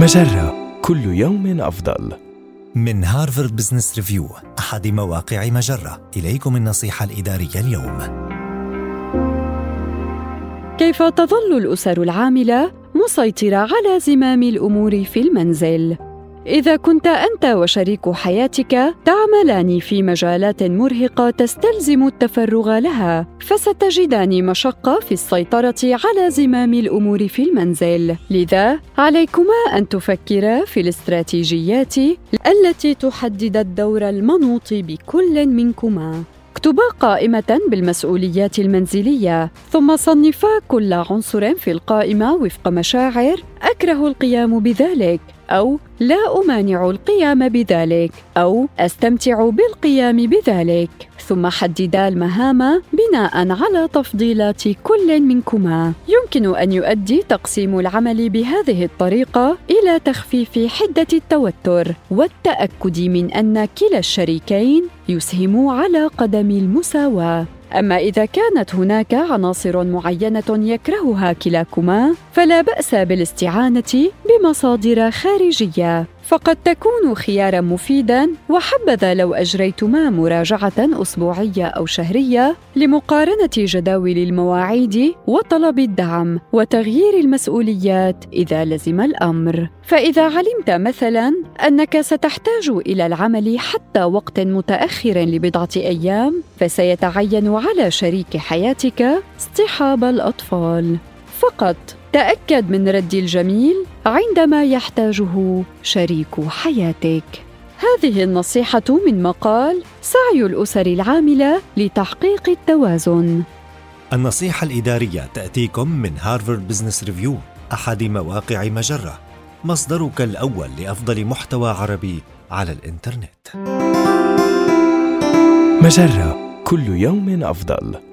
مجرة، كل يوم أفضل. من هارفارد بزنس ريفيو، أحد مواقع مجرة، إليكم النصيحة الإدارية اليوم. كيف تظل الأسر العاملة مسيطرة على زمام الأمور في المنزل؟ إذا كنت أنت وشريك حياتك تعملان في مجالات مرهقة تستلزم التفرغ لها، فستجدان مشقة في السيطرة على زمام الأمور في المنزل. لذا عليكما أن تفكرا في الاستراتيجيات التي تحدد الدور المنوط بكل منكما. اكتبا قائمة بالمسؤوليات المنزلية، ثم صنفا كل عنصر في القائمة وفق مشاعر أكره القيام بذلك، أو لا أمانع القيام بذلك، أو أستمتع بالقيام بذلك. ثم حددا المهام بناء على تفضيلات كل منكما. يمكن أن يؤدي تقسيم العمل بهذه الطريقة إلى تخفيف حدة التوتر والتأكد من أن كلا الشريكين يسهموا على قدم المساواة. أما إذا كانت هناك عناصر معينة يكرهها كلاكما، فلا بأس بالاستعانة بمصادر خارجية، فقد تكون خياراً مفيداً. وحبذا لو أجريتما مراجعة أسبوعية أو شهرية لمقارنة جداول المواعيد وطلب الدعم وتغيير المسؤوليات إذا لزم الأمر. فإذا علمت مثلاً أنك ستحتاج إلى العمل حتى وقت متأخر لبضعة أيام، فسيتعين على شريك حياتك اصطحاب الأطفال. فقط تأكد من رد الجميل عندما يحتاجه شريك حياتك. هذه النصيحة من مقال سعي الأسر العاملة لتحقيق التوازن. النصيحة الإدارية تأتيكم من هارفارد بزنس ريفيو، أحد مواقع مجرة، مصدرك الأول لأفضل محتوى عربي على الإنترنت. مجرة، كل يوم أفضل.